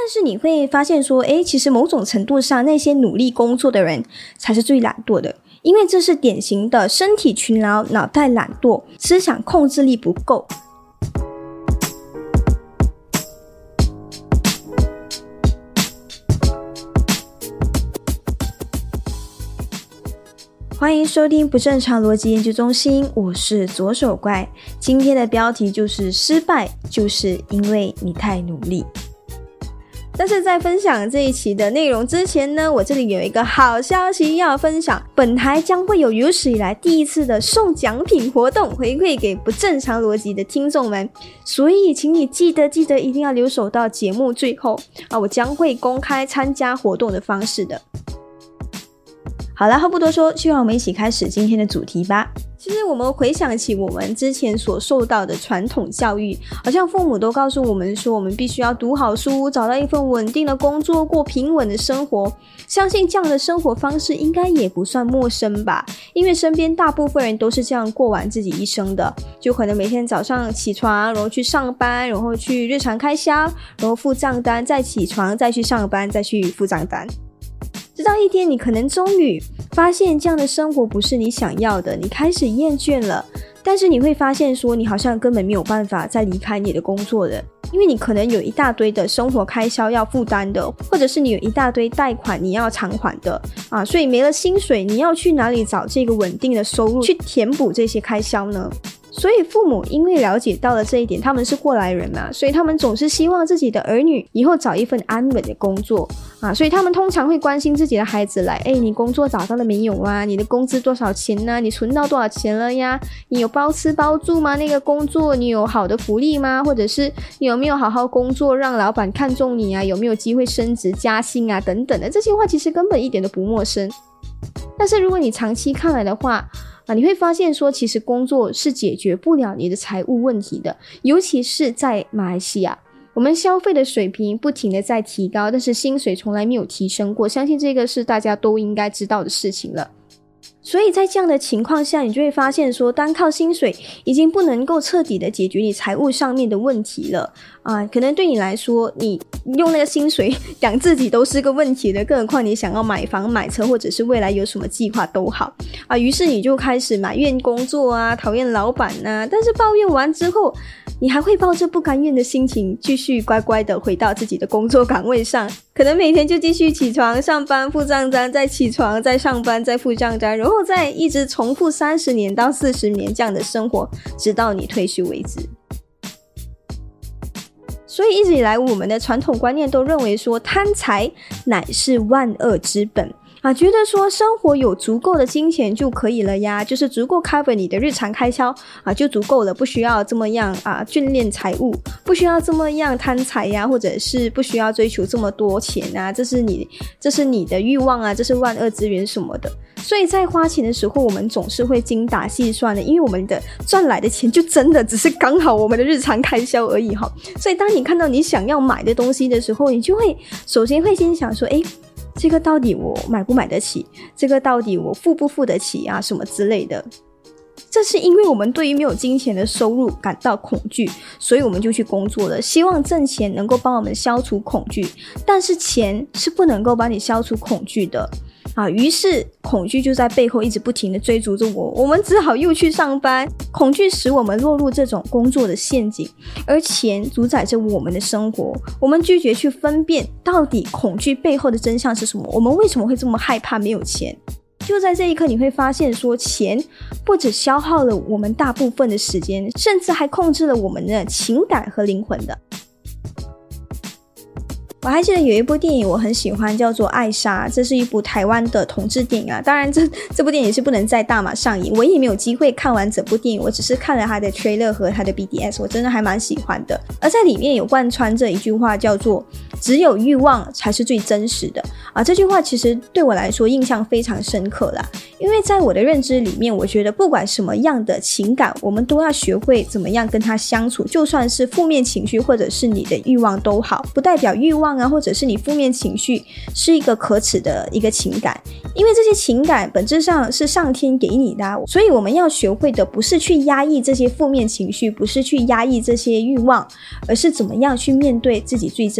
但是你会发现说，其实某种程度上那些努力工作的人才是最懒惰的，因为这是典型的身体勤劳，脑袋懒惰，思想控制力不够。欢迎收听不正常逻辑研究中心，我是左手怪。今天的标题就是失败就是因为你太努力。但是在分享这一期的内容之前呢，我这里有一个好消息要分享，本台将会有史以来第一次的送奖品活动回馈给不正常逻辑的听众们，所以请你记得一定要留守到节目最后我将会公开参加活动的方式的。好了，话不多说，就让我们一起开始今天的主题吧。其实我们回想起我们之前所受到的传统教育，好像父母都告诉我们说，我们必须要读好书，找到一份稳定的工作，过平稳的生活。相信这样的生活方式应该也不算陌生吧，因为身边大部分人都是这样过完自己一生的，就可能每天早上起床，然后去上班，然后去日常开销，然后付账单，再起床，再去上班，再去付账单。直到一天你可能终于发现这样的生活不是你想要的，你开始厌倦了，但是你会发现说你好像根本没有办法再离开你的工作的，因为你可能有一大堆的生活开销要负担的，或者是你有一大堆贷款你要偿还的所以没了薪水，你要去哪里找这个稳定的收入去填补这些开销呢？所以父母因为了解到了这一点，他们是过来人嘛，所以他们总是希望自己的儿女以后找一份安稳的工作所以他们通常会关心自己的孩子来，你工作找到了没有啊？你的工资多少钱啊？你存到多少钱了呀？你有包吃包住吗？那个工作你有好的福利吗？或者是你有没有好好工作让老板看中你啊？有没有机会升职加薪啊？等等的，这些话其实根本一点都不陌生。但是如果你长期看来的话你会发现说，其实工作是解决不了你的财务问题的，尤其是在马来西亚，我们消费的水平不停的在提高，但是薪水从来没有提升过，相信这个是大家都应该知道的事情了。所以在这样的情况下，你就会发现说，单靠薪水已经不能够彻底的解决你财务上面的问题了可能对你来说，你用那个薪水养自己都是个问题的，更何况你想要买房买车，或者是未来有什么计划都好于是你就开始埋怨工作讨厌老板但是抱怨完之后，你还会抱着不甘愿的心情继续乖乖的回到自己的工作岗位上，可能每天就继续起床上班付账单，再起床再上班再付账单，然后再一直重复30年到40年这样的生活，直到你退休为止。所以一直以来我们的传统观念都认为说，贪财乃是万恶之本觉得说生活有足够的金钱就可以了呀，就是足够 cover 你的日常开销就足够了，不需要这么样眷恋财务，不需要这么样贪财呀，或者是不需要追求这么多钱这是你的欲望这是万恶之源什么的。所以在花钱的时候，我们总是会精打细算的，因为我们的赚来的钱就真的只是刚好我们的日常开销而已所以当你看到你想要买的东西的时候，你就会首先会先想说，这个到底我买不买得起？这个到底我付不付得起什么之类的。这是因为我们对于没有金钱的收入感到恐惧，所以我们就去工作了，希望挣钱能够帮我们消除恐惧。但是钱是不能够帮你消除恐惧的于是恐惧就在背后一直不停的追逐着我们只好又去上班。恐惧使我们落入这种工作的陷阱，而钱主宰着我们的生活。我们拒绝去分辨到底恐惧背后的真相是什么，我们为什么会这么害怕没有钱。就在这一刻，你会发现说，钱不只消耗了我们大部分的时间，甚至还控制了我们的情感和灵魂的。我还记得有一部电影我很喜欢，叫做《艾莎》，这是一部台湾的同志电影当然这部电影是不能在大马上映，我也没有机会看完整部电影，我只是看了它的 trailer 和它的 BTS， 我真的还蛮喜欢的。而在里面有贯穿着一句话，叫做只有欲望才是最真实的这句话其实对我来说印象非常深刻啦，因为在我的认知里面，我觉得不管什么样的情感，我们都要学会怎么样跟它相处，就算是负面情绪或者是你的欲望都好，不代表欲望或者是你负面情绪是一个可耻的一个情感，因为这些情感本质上是上天给你的所以我们要学会的不是去压抑这些负面情绪，不是去压抑这些欲望，而是怎么样去面对自己最真实的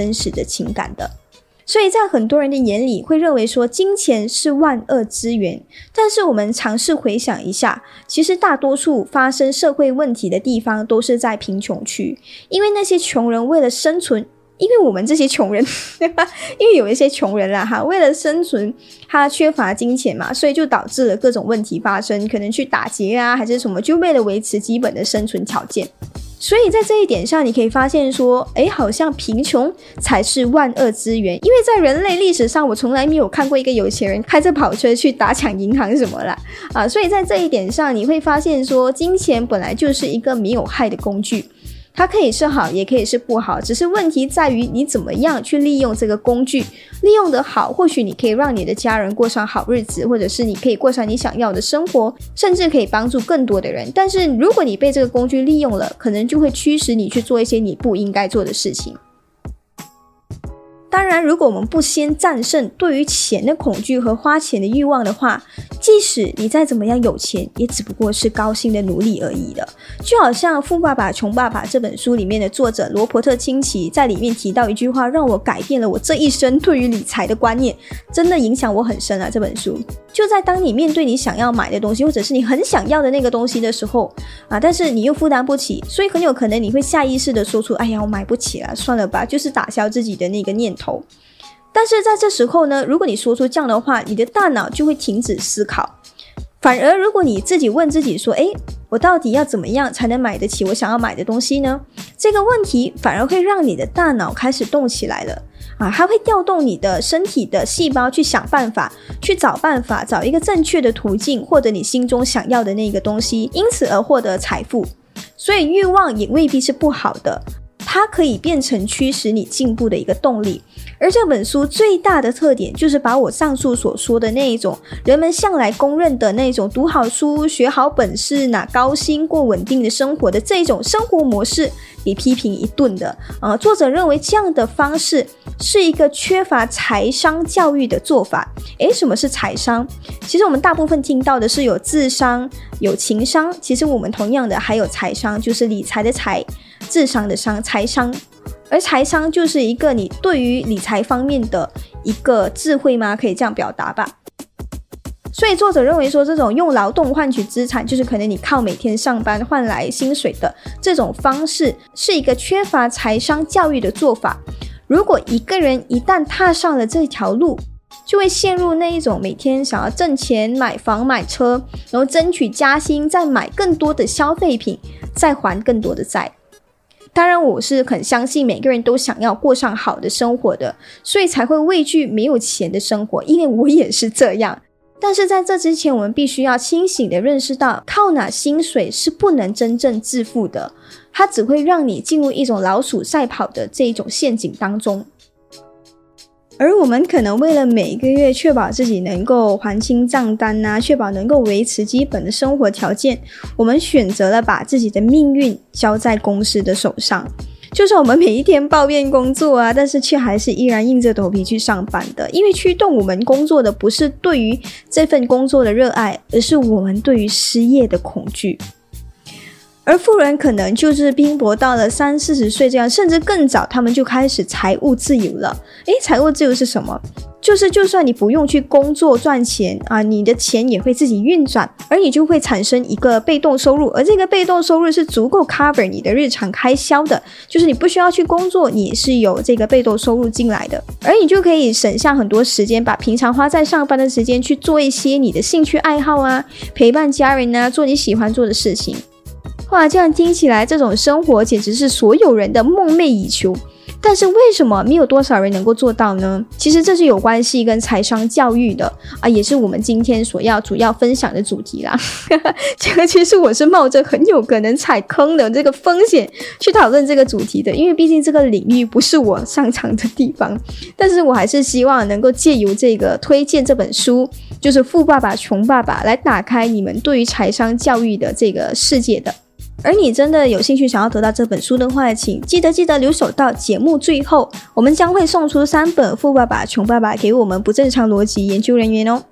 情感的。所以在很多人的眼里会认为说金钱是万恶之源，但是我们尝试回想一下，其实大多数发生社会问题的地方都是在贫穷区，因为那些穷人为了生存，因为我们这些穷人因为有一些穷人啦为了生存他缺乏金钱嘛，所以就导致了各种问题发生，可能去打劫啊还是什么，就为了维持基本的生存条件。所以在这一点上你可以发现说好像贫穷才是万恶之源，因为在人类历史上我从来没有看过一个有钱人开着跑车去打抢银行什么啦所以在这一点上你会发现说金钱本来就是一个没有害的工具，它可以是好也可以是不好，只是问题在于你怎么样去利用这个工具，利用得好，或许你可以让你的家人过上好日子，或者是你可以过上你想要的生活，甚至可以帮助更多的人。但是如果你被这个工具利用了，可能就会驱使你去做一些你不应该做的事情。当然如果我们不先战胜对于钱的恐惧和花钱的欲望的话，即使你再怎么样有钱，也只不过是高兴的奴隶而已的。就好像《富爸爸穷爸爸》这本书里面的作者罗伯特清崎在里面提到一句话，让我改变了我这一生对于理财的观念，真的影响我很深这本书就在当你面对你想要买的东西，或者是你很想要的那个东西的时候但是你又负担不起，所以很有可能你会下意识的说出我买不起了，算了吧，就是打消自己的那个念头。但是在这时候呢，如果你说出这样的话，你的大脑就会停止思考。反而如果你自己问自己说我到底要怎么样才能买得起我想要买的东西呢？这个问题反而会让你的大脑开始动起来了它会调动你的身体的细胞去想办法，去找办法，找一个正确的途径获得你心中想要的那个东西，因此而获得财富。所以欲望也未必是不好的，它可以变成驱使你进步的一个动力。而这本书最大的特点就是把我上述所说的那一种人们向来公认的那种读好书学好本事拿高薪过稳定的生活的这种生活模式给批评一顿的作者认为这样的方式是一个缺乏财商教育的做法。什么是财商？其实我们大部分听到的是有智商有情商，其实我们同样的还有财商，就是理财的财，智商的商，财商。而财商就是一个你对于理财方面的一个智慧吗？可以这样表达吧。所以作者认为说，这种用劳动换取资产，就是可能你靠每天上班换来薪水的这种方式，是一个缺乏财商教育的做法。如果一个人一旦踏上了这条路，就会陷入那一种每天想要挣钱买房买车，然后争取加薪，再买更多的消费品，再还更多的债。当然我是很相信每个人都想要过上好的生活的，所以才会畏惧没有钱的生活，因为我也是这样。但是在这之前，我们必须要清醒地认识到，靠拿薪水是不能真正致富的，它只会让你进入一种老鼠赛跑的这一种陷阱当中。而我们可能为了每个月确保自己能够还清账单确保能够维持基本的生活条件，我们选择了把自己的命运交在公司的手上。就算我们每一天抱怨工作但是却还是依然硬着头皮去上班的，因为驱动我们工作的不是对于这份工作的热爱，而是我们对于失业的恐惧。而富人可能就是拼搏到了30-40岁这样，甚至更早，他们就开始财务自由了。财务自由是什么？就是就算你不用去工作赚钱你的钱也会自己运转，而你就会产生一个被动收入，而这个被动收入是足够 cover 你的日常开销的，就是你不需要去工作，你也是有这个被动收入进来的，而你就可以省下很多时间，把平常花在上班的时间去做一些你的兴趣爱好陪伴家人做你喜欢做的事情。哇，这样听起来这种生活简直是所有人的梦寐以求，但是为什么没有多少人能够做到呢？其实这是有关系跟财商教育的也是我们今天所要主要分享的主题啦这个其实我是冒着很有可能踩坑的这个风险去讨论这个主题的，因为毕竟这个领域不是我擅长的地方，但是我还是希望能够借由这个推荐这本书，就是《富爸爸穷爸爸》，来打开你们对于财商教育的这个世界的。而你真的有兴趣想要得到这本书的话，请记得留守到节目最后，我们将会送出3本《富爸爸穷爸爸》给我们不正常逻辑研究人员哦。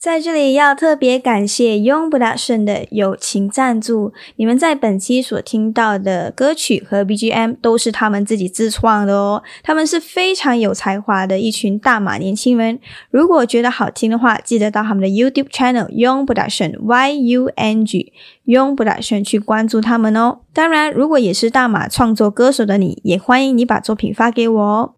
在这里要特别感谢 Young Production 的友情赞助，你们在本期所听到的歌曲和 BGM 都是他们自己自创的哦，他们是非常有才华的一群大马年轻人，如果觉得好听的话，记得到他们的 YouTube Channel Young Production YUNG Young Production 去关注他们哦。当然，如果也是大马创作歌手的你，也欢迎你把作品发给我哦。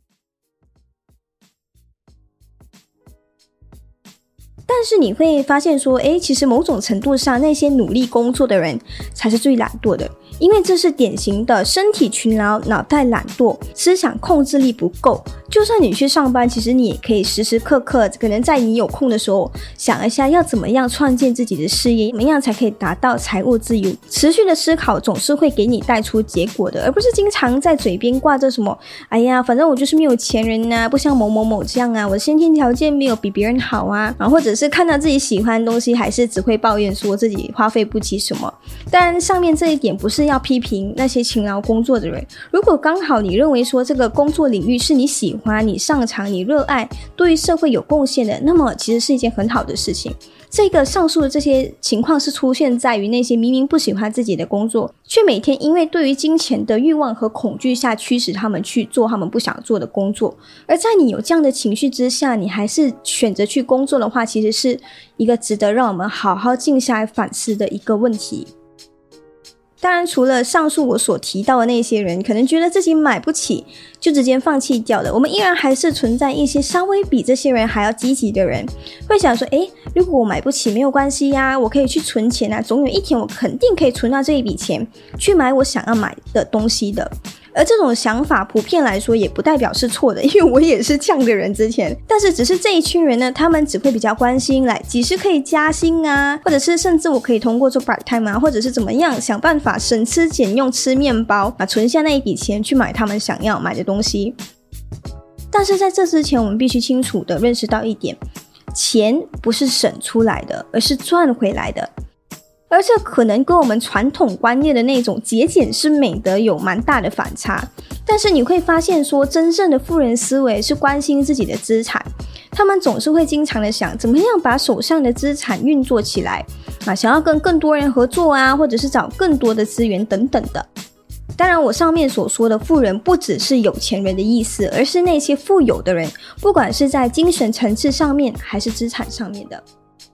但是你会发现说，其实某种程度上那些努力工作的人才是最懒惰的，因为这是典型的身体勤劳，脑袋懒惰，思想控制力不够。就算你去上班，其实你也可以时时刻刻可能在你有空的时候想一下要怎么样创建自己的事业，怎么样才可以达到财务自由。持续的思考总是会给你带出结果的，而不是经常在嘴边挂着什么哎呀反正我就是没有钱人啊，不像某某某这样啊，我的先天条件没有比别人好啊，或者是看到自己喜欢的东西还是只会抱怨说自己花费不起什么。当然上面这一点不是要批评那些勤劳工作的人，如果刚好你认为说这个工作领域是你喜欢你擅长你热爱对于社会有贡献的，那么其实是一件很好的事情。这个上述的这些情况是出现在于那些明明不喜欢自己的工作，却每天因为对于金钱的欲望和恐惧下驱使他们去做他们不想做的工作。而在你有这样的情绪之下，你还是选择去工作的话，其实是一个值得让我们好好静下来反思的一个问题。当然除了上述我所提到的那些人可能觉得自己买不起就直接放弃掉了，我们依然还是存在一些稍微比这些人还要积极的人，会想说如果我买不起没有关系呀，我可以去存钱啊，总有一天我肯定可以存到这一笔钱去买我想要买的东西的。而这种想法普遍来说也不代表是错的，因为我也是这样的人之前，但是只是这一群人呢，他们只会比较关心来几时可以加薪啊，或者是甚至我可以通过做 part time 啊，或者是怎么样想办法省吃俭用吃面包存下那一笔钱去买他们想要买的东西。但是在这之前我们必须清楚的认识到一点，钱不是省出来的，而是赚回来的。而这可能跟我们传统观念的那种节俭是美德有蛮大的反差。但是你会发现说，真正的富人思维是关心自己的资产，他们总是会经常的想怎么样把手上的资产运作起来想要跟更多人合作啊，或者是找更多的资源等等的。当然我上面所说的富人不只是有钱人的意思，而是那些富有的人，不管是在精神层次上面还是资产上面的。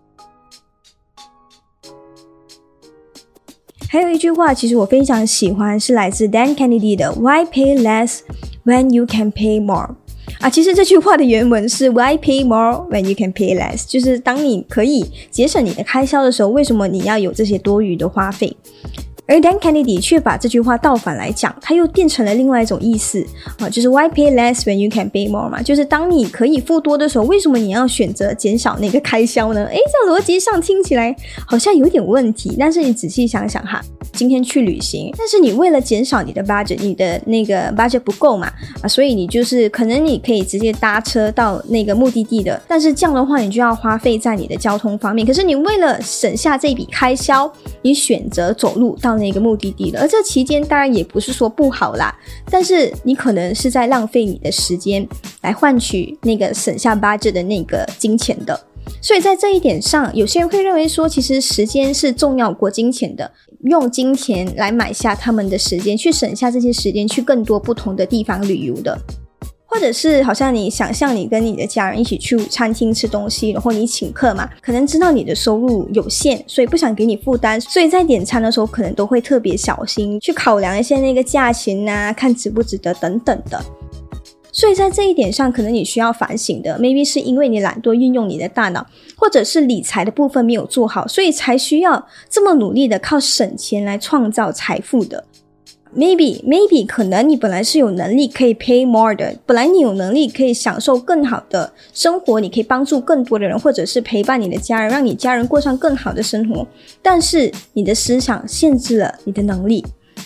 还有一句话其实我非常喜欢，是来自 Dan Kennedy 的 Why pay less when you can pay more 其实这句话的原文是 Why pay more when you can pay less， 就是当你可以节省你的开销的时候，为什么你要有这些多余的花费。而 Dan Kennedy 却把这句话倒反来讲，他又变成了另外一种意思就是 Why pay less when you can pay more 嘛，就是当你可以付多的时候，为什么你要选择减少那个开销呢？这逻辑上听起来好像有点问题，但是你仔细想想哈，今天去旅行，但是你为了减少你的 budget， 你的那个 budget 不够嘛所以你就是可能你可以直接搭车到那个目的地的，但是这样的话你就要花费在你的交通方面，可是你为了省下这笔开销，你选择走路到那个目的地了。而这期间当然也不是说不好啦，但是你可能是在浪费你的时间来换取那个省下 budget 的那个金钱的。所以在这一点上，有些人会认为说其实时间是重要过金钱的，用金钱来买下他们的时间，去省下这些时间去更多不同的地方旅游的。或者是好像你想象你跟你的家人一起去餐厅吃东西，然后你请客嘛，可能知道你的收入有限，所以不想给你负担，所以在点餐的时候可能都会特别小心，去考量一下那个价钱啊，看值不值得等等的。所以在这一点上可能你需要反省的 maybe 是因为你懒惰运用你的大脑，或者是理财的部分没有做好，所以才需要这么努力的靠省钱来创造财富的。Maybe 可能你本来是有能力可以 pay more 的，本来你有能力可以享受更好的生活，你可以帮助更多的人，或者是陪伴你的家人，让你家人过上更好的生活，但是你的思想限制了你的能力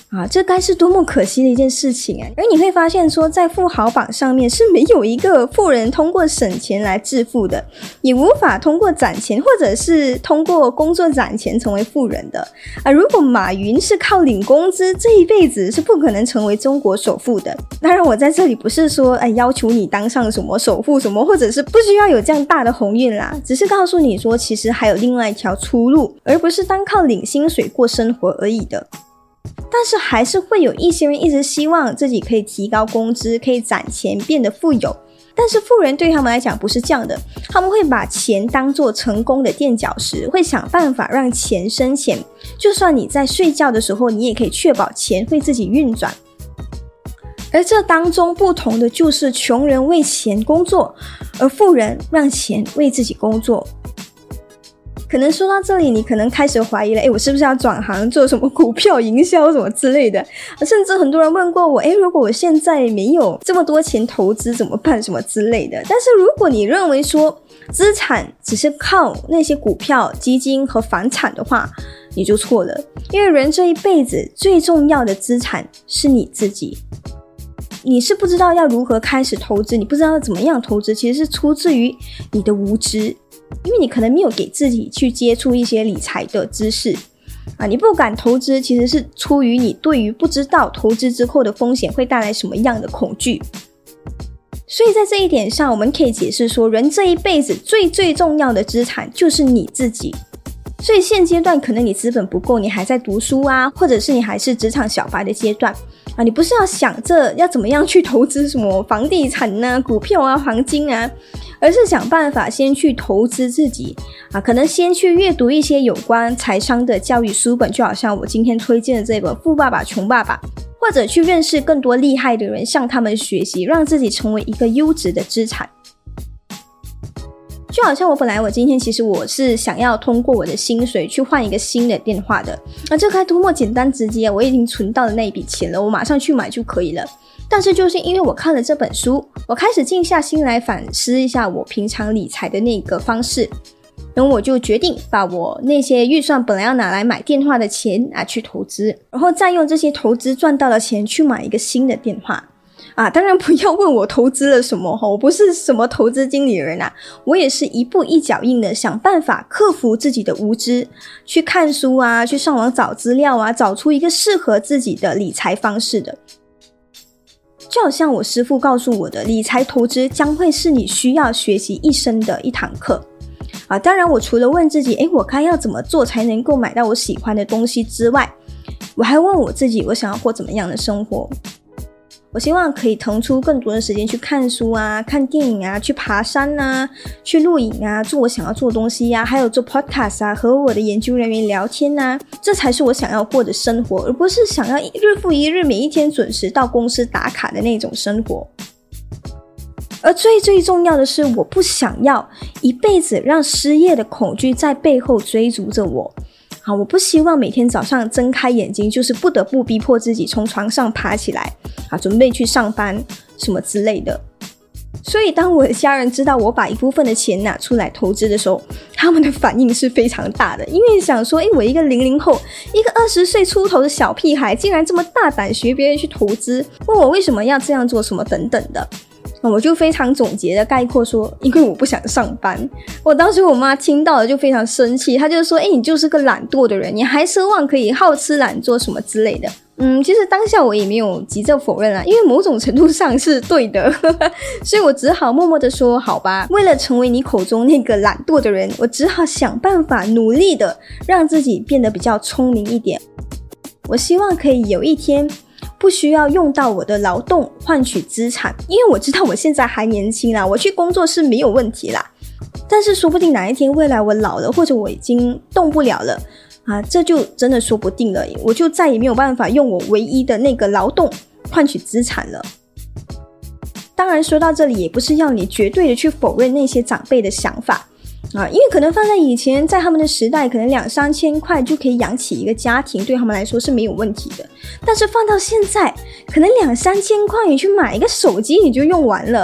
这该是多么可惜的一件事情而你会发现说，在富豪榜上面是没有一个富人通过省钱来致富的，也无法通过攒钱或者是通过工作攒钱成为富人的如果马云是靠领工资，这一辈子是不可能成为中国首富的。当然我在这里不是说要求你当上什么首富什么，或者是不需要有这样大的鸿运啦，只是告诉你说其实还有另外一条出路，而不是单靠领薪水过生活而已的。但是还是会有一些人一直希望自己可以提高工资，可以攒钱变得富有，但是富人对他们来讲不是这样的，他们会把钱当作成功的垫脚石，会想办法让钱生钱，就算你在睡觉的时候，你也可以确保钱会自己运转。而这当中不同的就是穷人为钱工作，而富人让钱为自己工作。可能说到这里你可能开始怀疑了，我是不是要转行做什么股票营销什么之类的，甚至很多人问过我，如果我现在没有这么多钱投资怎么办什么之类的。但是如果你认为说资产只是靠那些股票基金和房产的话，你就错了。因为人这一辈子最重要的资产是你自己，你是不知道要如何开始投资，你不知道怎么样投资，其实是出自于你的无知，因为你可能没有给自己去接触一些理财的知识你不敢投资，其实是出于你对于不知道投资之后的风险会带来什么样的恐惧。所以在这一点上，我们可以解释说，人这一辈子最重要的资产就是你自己。所以现阶段可能你资本不够，你还在读书或者是你还是职场小白的阶段你不是要想着要怎么样去投资什么房地产股票黄金而是想办法先去投资自己可能先去阅读一些有关财商的教育书本，就好像我今天推荐的这本《富爸爸穷爸爸》，或者去认识更多厉害的人，向他们学习，让自己成为一个优质的资产。就好像我今天其实我是想要通过我的薪水去换一个新的电话的这该多么简单直接我已经存到了那一笔钱了，我马上去买就可以了。但是就是因为我看了这本书，我开始静下心来反思一下我平常理财的那个方式，然后我就决定把我那些预算本来要拿来买电话的钱去投资，然后再用这些投资赚到的钱去买一个新的电话当然不要问我投资了什么我不是什么投资经理人我也是一步一脚印的想办法克服自己的无知，去看书去上网找资料找出一个适合自己的理财方式的。就好像我师父告诉我的，理财投资将会是你需要学习一生的一堂课当然我除了问自己我该要怎么做才能够买到我喜欢的东西之外，我还问我自己我想要过怎么样的生活。我希望可以腾出更多的时间去看书看电影去爬山去露营做我想要做的东西还有做 podcast 和我的研究人员聊天这才是我想要过的生活，而不是想要日复一日每一天准时到公司打卡的那种生活。而最重要的是，我不想要一辈子让失业的恐惧在背后追逐着我我不希望每天早上睁开眼睛就是不得不逼迫自己从床上爬起来准备去上班什么之类的。所以当我的家人知道我把一部分的钱拿出来投资的时候，他们的反应是非常大的，因为想说我一个00后，一个20岁出头的小屁孩竟然这么大胆学别人去投资，问我为什么要这样做什么等等的。我就非常总结的概括说，因为我不想上班。我当时我妈听到了就非常生气，她就说你就是个懒惰的人，你还奢望可以好吃懒做什么之类的。其实当下我也没有急着否认因为某种程度上是对的所以我只好默默的说好吧，为了成为你口中那个懒惰的人，我只好想办法努力的让自己变得比较聪明一点。我希望可以有一天不需要用到我的劳动换取资产，因为我知道我现在还年轻我去工作是没有问题啦。但是说不定哪一天未来我老了，或者我已经动不了了这就真的说不定了，我就再也没有办法用我唯一的那个劳动换取资产了。当然说到这里也不是要你绝对的去否认那些长辈的想法因为可能放在以前，在他们的时代，可能2-3千块就可以养起一个家庭，对他们来说是没有问题的。但是放到现在，可能2-3千块你去买一个手机你就用完了。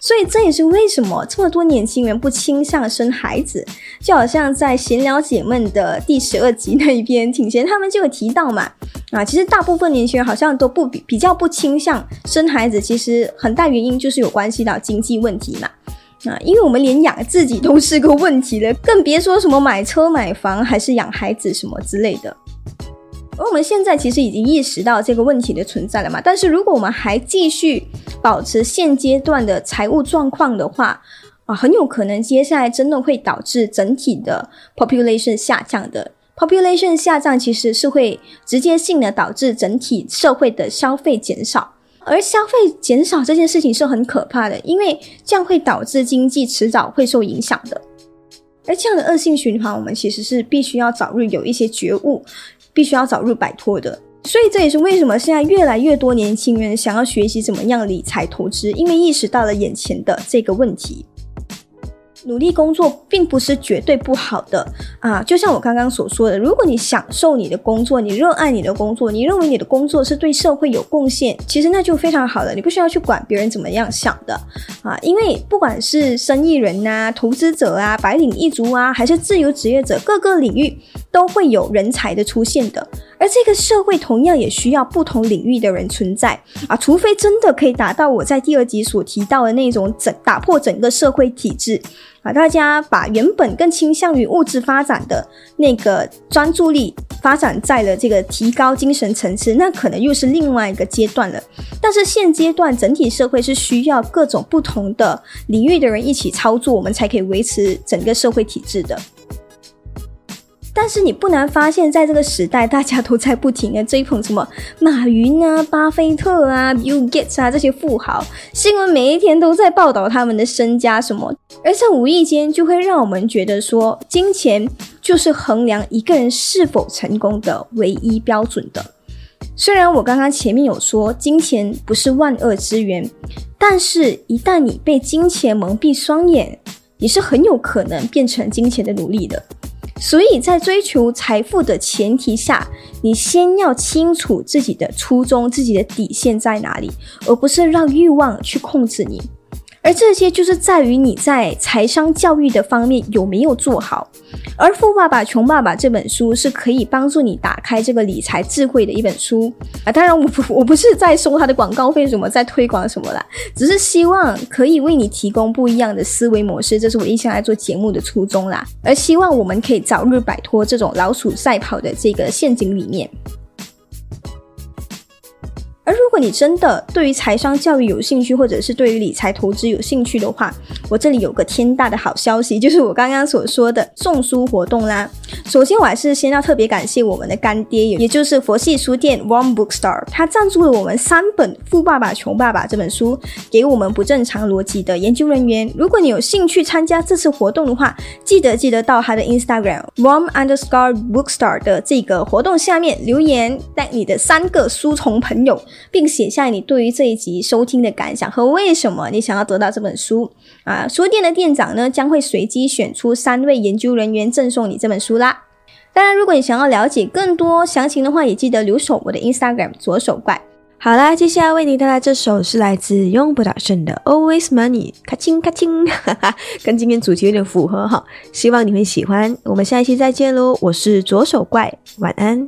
所以这也是为什么这么多年轻人不倾向生孩子。就好像在闲聊解闷的第12集那一篇，挺贤他们就有提到嘛，其实大部分年轻人好像都比较不倾向生孩子，其实很大原因就是有关系到经济问题嘛。因为我们连养自己都是个问题了，更别说什么买车买房还是养孩子什么之类的。而我们现在其实已经意识到这个问题的存在了嘛，但是如果我们还继续保持现阶段的财务状况的话，很有可能接下来真的会导致整体的 population 下降的。population 下降其实是会直接性的导致整体社会的消费减少，而消费减少这件事情是很可怕的，因为这样会导致经济迟早会受影响的。而这样的恶性循环，我们其实是必须要早日有一些觉悟，必须要早日摆脱的。所以这也是为什么现在越来越多年轻人想要学习怎么样理财投资，因为意识到了眼前的这个问题。努力工作并不是绝对不好的就像我刚刚所说的，如果你享受你的工作，你热爱你的工作，你认为你的工作是对社会有贡献，其实那就非常好了，你不需要去管别人怎么样想的因为不管是生意人投资者白领一族还是自由职业者，各个领域都会有人才的出现的，而这个社会同样也需要不同领域的人存在除非真的可以达到我在第2集所提到的那种打破整个社会体制大家把原本更倾向于物质发展的那个专注力发展在了这个提高精神层次，那可能又是另外一个阶段了。但是现阶段整体社会是需要各种不同的领域的人一起操作，我们才可以维持整个社会体制的。但是你不难发现，在这个时代大家都在不停的追捧什么马云巴菲特Bill Gates 这些富豪，新闻每一天都在报道他们的身家什么，而这无意间就会让我们觉得说，金钱就是衡量一个人是否成功的唯一标准的。虽然我刚刚前面有说金钱不是万恶之源，但是一旦你被金钱蒙蔽双眼，你是很有可能变成金钱的奴隶的。所以在追求财富的前提下，你先要清楚自己的初衷，自己的底线在哪里，而不是让欲望去控制你。而这些就是在于你在财商教育的方面有没有做好。而《富爸爸穷爸爸》这本书是可以帮助你打开这个理财智慧的一本书当然我不是在收他的广告费什么，在推广什么啦，只是希望可以为你提供不一样的思维模式，这是我一向来做节目的初衷啦，而希望我们可以早日摆脱这种老鼠赛跑的这个陷阱里面。而如果你真的对于财商教育有兴趣，或者是对于理财投资有兴趣的话，我这里有个天大的好消息，就是我刚刚所说的送书活动啦。首先我还是先要特别感谢我们的干爹，也就是佛系书店 Warm Bookstore， 他赞助了我们3本《富爸爸穷爸爸》这本书给我们不正常逻辑的研究人员。如果你有兴趣参加这次活动的话，记得到他的 Instagram warm_bookstore 的这个活动下面留言，带你的3个书虫朋友，并写下你对于这一集收听的感想和为什么你想要得到这本书书店的店长呢将会随机选出3位研究人员赠送你这本书啦。当然如果你想要了解更多详情的话，也记得留守我的 Instagram 左手怪。 好啦，接下来为你带来这首是来自用不打胜的 Always Money， 咔清咔清跟今天主题有点符合哈，希望你会喜欢。我们下一期再见咯，我是左手怪，晚安。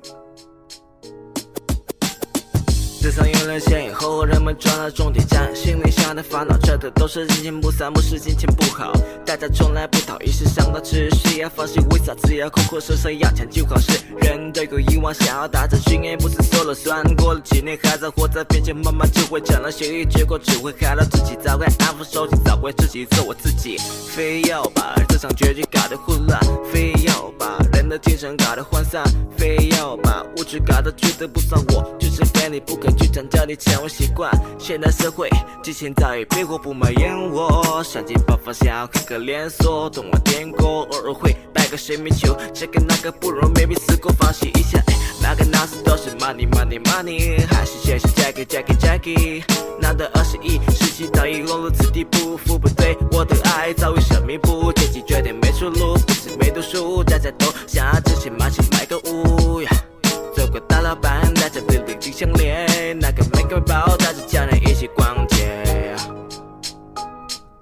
自从有了钱以后，人们抓了重点站，心里想的烦恼这的都是金钱不散，不是金钱不好，大家从来不讨一时想到只是要放弃，为啥只要口口声声要钱就好事？人都有欲望想要达成，心也不是说了算，过了几年还在活在边界，慢慢就会成了协议，结果只会害到自己，早该安抚手机，早会自己做我自己，非要把这场决局搞得混乱，非要把人的精神搞得涣散，非要把物质搞得觉得不算我，就是非你不可去讲究你成为习惯。现代社会金钱早已被我不埋怨，我想尽办法想要开个连锁，动画电锅偶尔会摆个水蜜球，这个那个不容 maybe 思过放弃一下，那个那时都是 money money money， 还是谢谢 Jackie Jackie Jackie， 难得20亿事情早已落入此地步，富不对我的爱早已神秘不，阶级决定没出路，不是没读书，大家都想要挣钱买钱买个屋呀，做个大老板，大家的领巾项链，那个每个包带着家人一起逛街。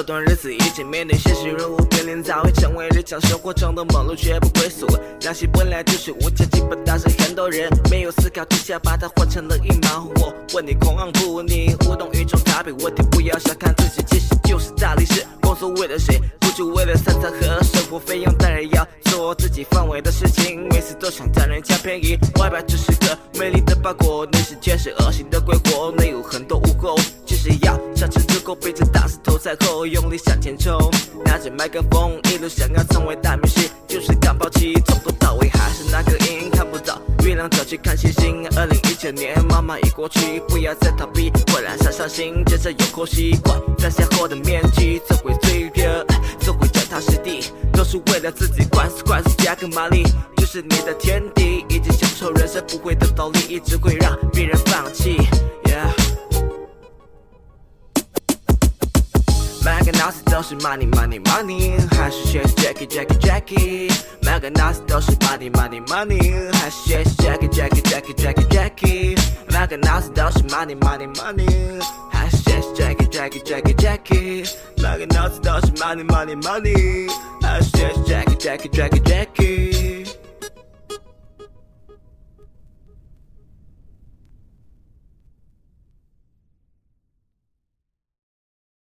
这段日子已经面对现实，人物变脸早已成为日常生活中的忙碌，却不归宿。良心本来就是无价，基本大是很多人没有思考之下把它换成了一毛。我问你恐怖，你无动于衷，答辩问题不要小看自己，其实就是大力士。工作为了谁？付出为了三餐和生活费用，当然要做自己范围的事情，每次都想占人家便宜。外表只是个美丽的包裹，内心却是恶心的鬼火，内有很多污垢。其实要想吃足够，背着大石头在后，用力向前冲，拿着麦克风，一路想要成为大明星，就是刚抛弃，从头到尾还是那个音，看不到月亮就去看星星。2019年慢慢已过去，不要再逃避，回来伤心，接着有口习惯，摘下后的面具，走回岁月，走回脚踏实地，都是为了自己，快速加个马力，就是你的天敌，已经享受人生不会得到利益，只会让别人放弃。满个脑子都是 money money money， 还是学 Jackie Jackie Jackie， 满个脑子都是 money money money， 还是学 Jackie Jackie Jackie Jackie Jackie， 满个脑子都是 money money money， 还是学 Jackie Jackie Jackie Jackie， 满个脑子都是 money money money， 还是学 Jackie Jackie Jackie Jackie。